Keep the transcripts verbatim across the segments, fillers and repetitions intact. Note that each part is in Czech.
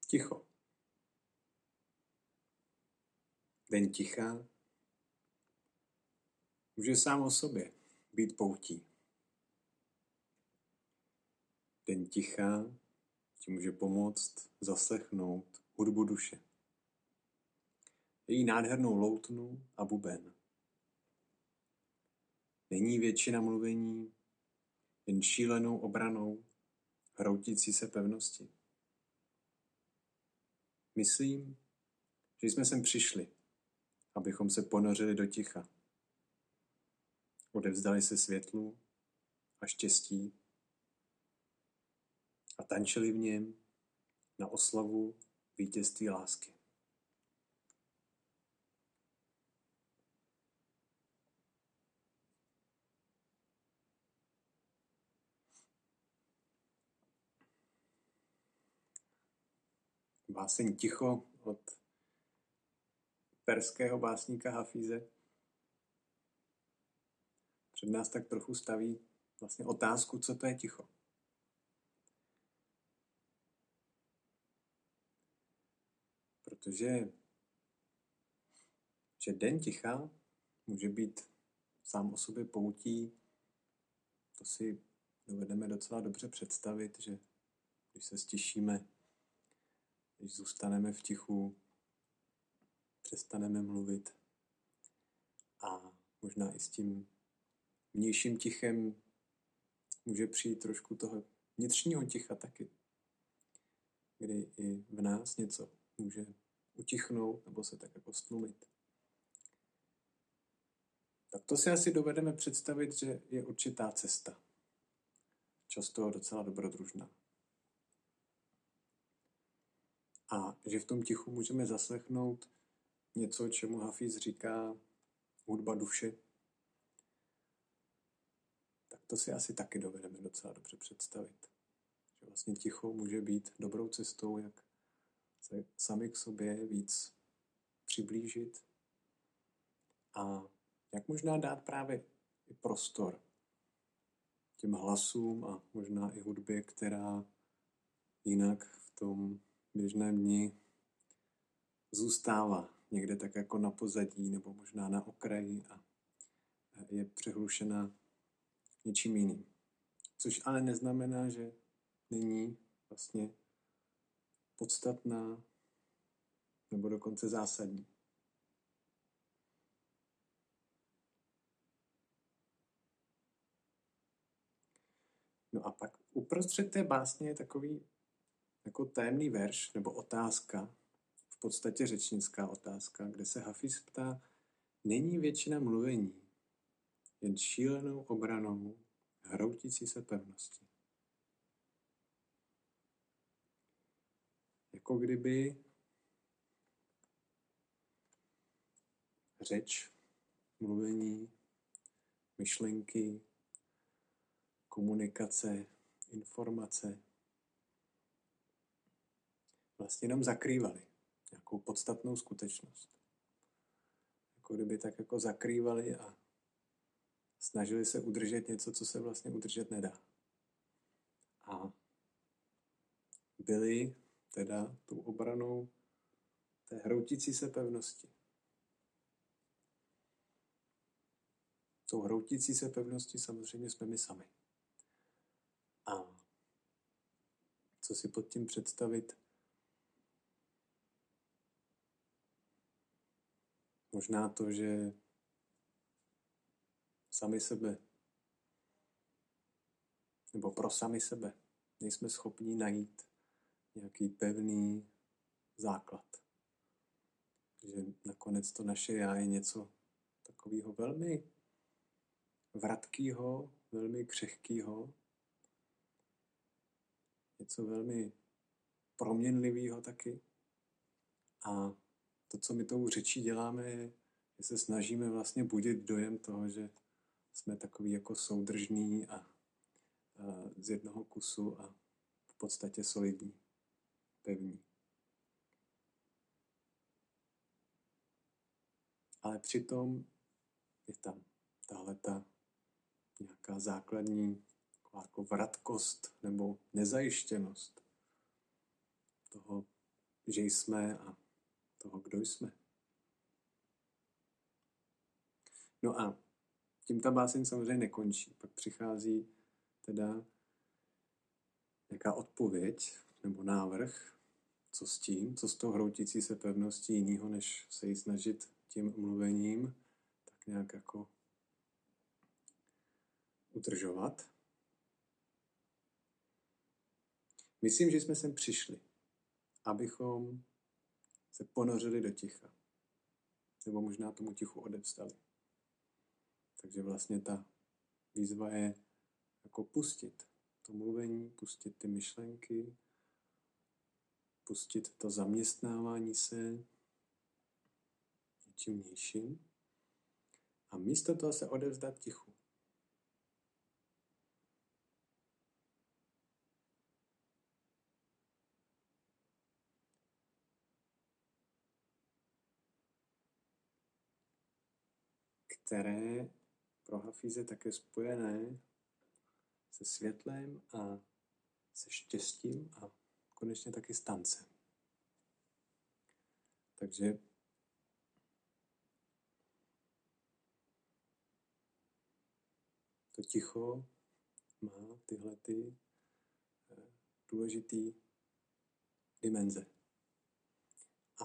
Ticho. Den ticha může sám o sobě být poutí. Den ticha ti může pomoct zaslechnout hudbu duše. Její nádhernou loutnu a buben. Není většina mluvení, jen šílenou obranou hroutící se pevnosti. Myslím, že jsme sem přišli, abychom se ponořili do ticha. Odevzdali se světlu a štěstí a tančili v něm na oslavu vítězství lásky. Báseň Ticho od perského básníka Hafíze před nás tak trochu staví vlastně otázku, co to je ticho. Protože že den ticha může být sám o sobě poutí, to si dovedeme docela dobře představit, že když se stišíme, když zůstaneme v tichu, přestaneme mluvit a možná i s tím vnějším tichem může přijít trošku toho vnitřního ticha taky, kdy i v nás něco může utichnout nebo se tak jako stlumit. Tak to si asi dovedeme představit, že je určitá cesta. Často docela dobrodružná. A že v tom tichu můžeme zaslechnout něco, čemu Hafiz říká hudba duše. Tak to si asi taky dovedeme docela dobře představit. Že vlastně ticho může být dobrou cestou, jak se sami k sobě víc přiblížit a jak možná dát právě i prostor těm hlasům a možná i hudbě, která jinak v tom běžném dni zůstává někde tak jako na pozadí nebo možná na okraji a je přehlušena něčím jiným. Což ale neznamená, že není vlastně podstatná nebo dokonce zásadní. No a pak uprostřed té básně je takový jako tajemný verš nebo otázka, v podstatě řečnická otázka, kde se Hafiz ptá, není většina mluvení, jen šílenou obranou hroutící se pevnosti. Jako kdyby řeč, mluvení, myšlenky, komunikace, informace vlastně jenom zakrývaly nějakou podstatnou skutečnost. Jako kdyby tak jako zakrývali a snažili se udržet něco, co se vlastně udržet nedá. A byli teda tou obranou té hroutící se pevnosti. Tou hroutící se pevnosti samozřejmě jsme my sami. A co si pod tím představit? Možná to, že sami sebe, nebo pro sami sebe, nejsme schopni najít nějaký pevný základ. Že nakonec to naše já je něco takového velmi vratkýho, velmi křehkýho, něco velmi proměnlivého taky. A to, co my tou řečí děláme, je, že se snažíme vlastně budit dojem toho, že jsme takový jako soudržní a, a z jednoho kusu a v podstatě solidní, pevní. Ale přitom je tam tahleta nějaká základní jako vratkost nebo nezajištěnost toho že jsme a toho, kdo jsme. No a tím ta báseň samozřejmě nekončí. Pak přichází teda nějaká odpověď nebo návrh, co s tím, co s tou hroutící se pevností jinýho, než se jí snažit tím mluvením tak nějak jako udržovat. Myslím, že jsme sem přišli, abychom se ponořili do ticha. Nebo možná tomu tichu odevzdali. Takže vlastně ta výzva je jako pustit to mluvení, pustit ty myšlenky, pustit to zaměstnávání se něčím vnějším a místo toho se odevzdat tichu. Které pro Hafíze také spojené se světlem a se štěstím a konečně taky s tancem. Takže to ticho má tyhle ty důležitý dimenze. A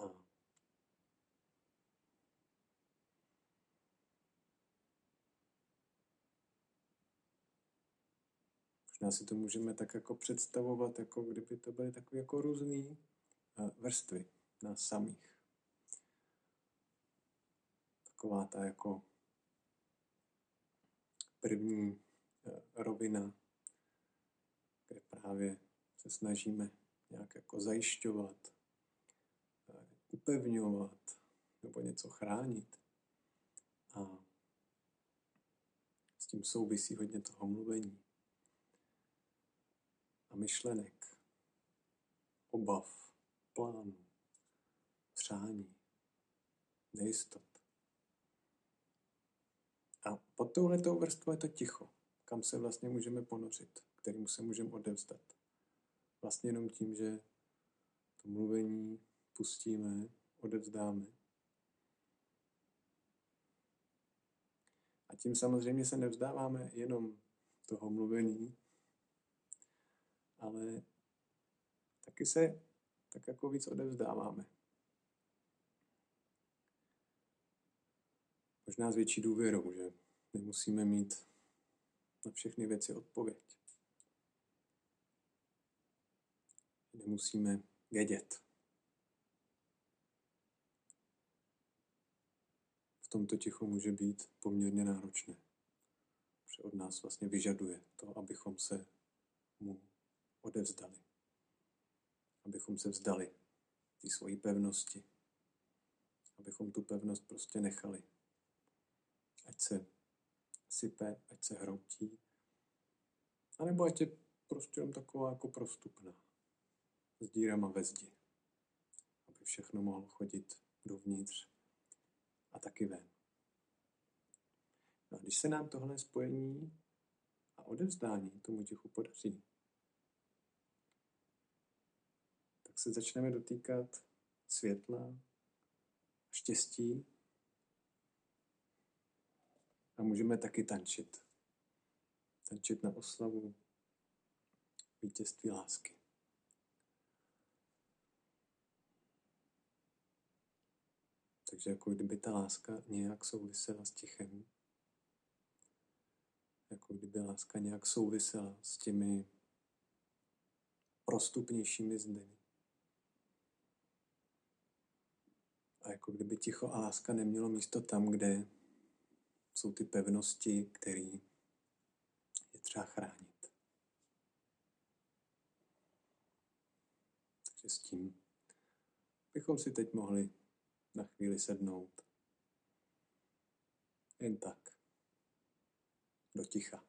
možná si to můžeme tak jako představovat, jako kdyby to byly takové jako různé vrstvy nás samých. Taková ta jako první rovina, kde právě se snažíme nějak jako zajišťovat, upevňovat nebo něco chránit. A s tím souvisí hodně toho mluvení a myšlenek, obav, plánů, přání, nejistot. A pod touhletou vrstvou je to ticho, kam se vlastně můžeme ponořit, kterému se můžeme odevzdat. Vlastně jenom tím, že to mluvení pustíme, odevzdáme. A tím samozřejmě se nevzdáváme jenom toho mluvení, ale taky se tak jako víc odevzdáváme. Možná s větší důvěrou, že nemusíme mít na všechny věci odpověď. Nemusíme vědět. V tomto tichu může být poměrně náročné. Protože od nás vlastně vyžaduje to, abychom se mu odevzdali. Abychom se vzdali té svojí pevnosti. Abychom tu pevnost prostě nechali. Ať se sype, ať se hroutí. A nebo ať je prostě jen taková jako prostupná. S dírama ve zdi. Aby všechno mohlo chodit dovnitř a taky ven. No a když se nám tohle spojení a odevzdání tomu tichu podaří, tak se začneme dotýkat světla, štěstí a můžeme taky tančit. Tančit na oslavu vítězství lásky. Takže jako kdyby ta láska nějak souvisela s tichem. Jako kdyby láska nějak souvisela s těmi prostupnějšími zdmi. A jako kdyby ticho a láska nemělo místo tam, kde jsou ty pevnosti, které je třeba chránit. Takže s tím bychom si teď mohli na chvíli sednout. Jen tak. Do ticha.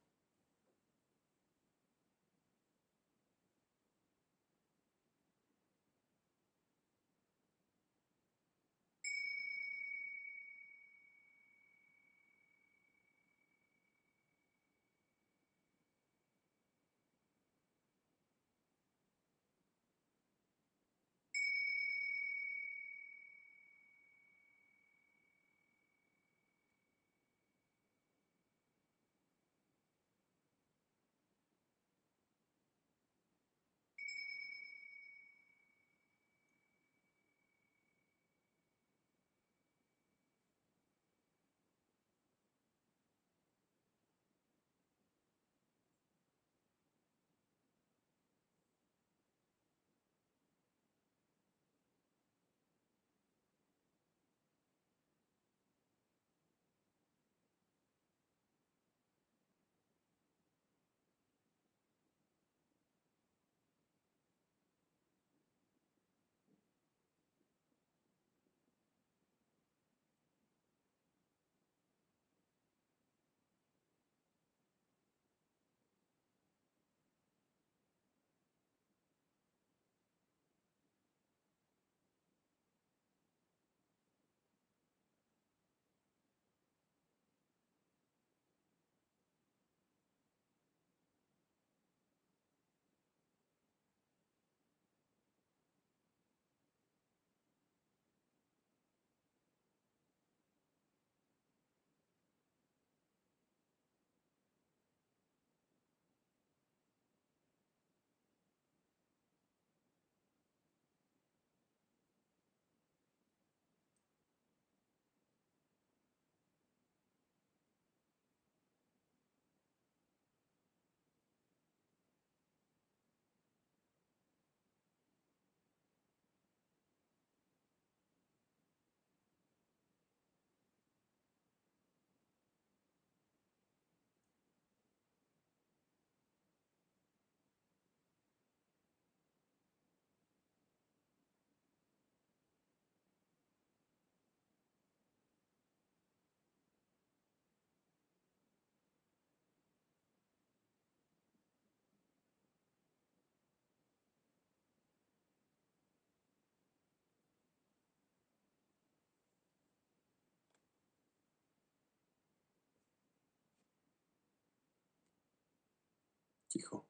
Ticho.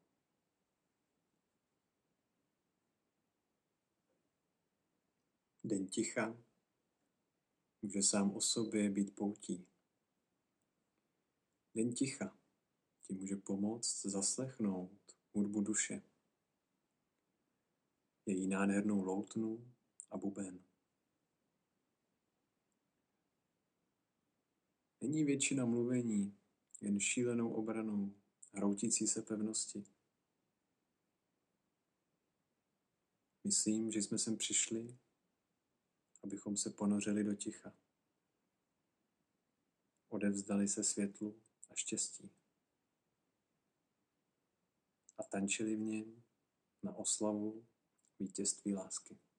Den ticha může sám o sobě být poutí. Den ticha ti může pomoct zaslechnout hudbu duše, její nádhernou loutnu a buben. Není většina mluvení jen šílenou obranou hroutící se pevnosti. Myslím, že jsme sem přišli, abychom se ponořili do ticha. Odevzdali se světlu a štěstí. A tančili v něm na oslavu vítězství lásky.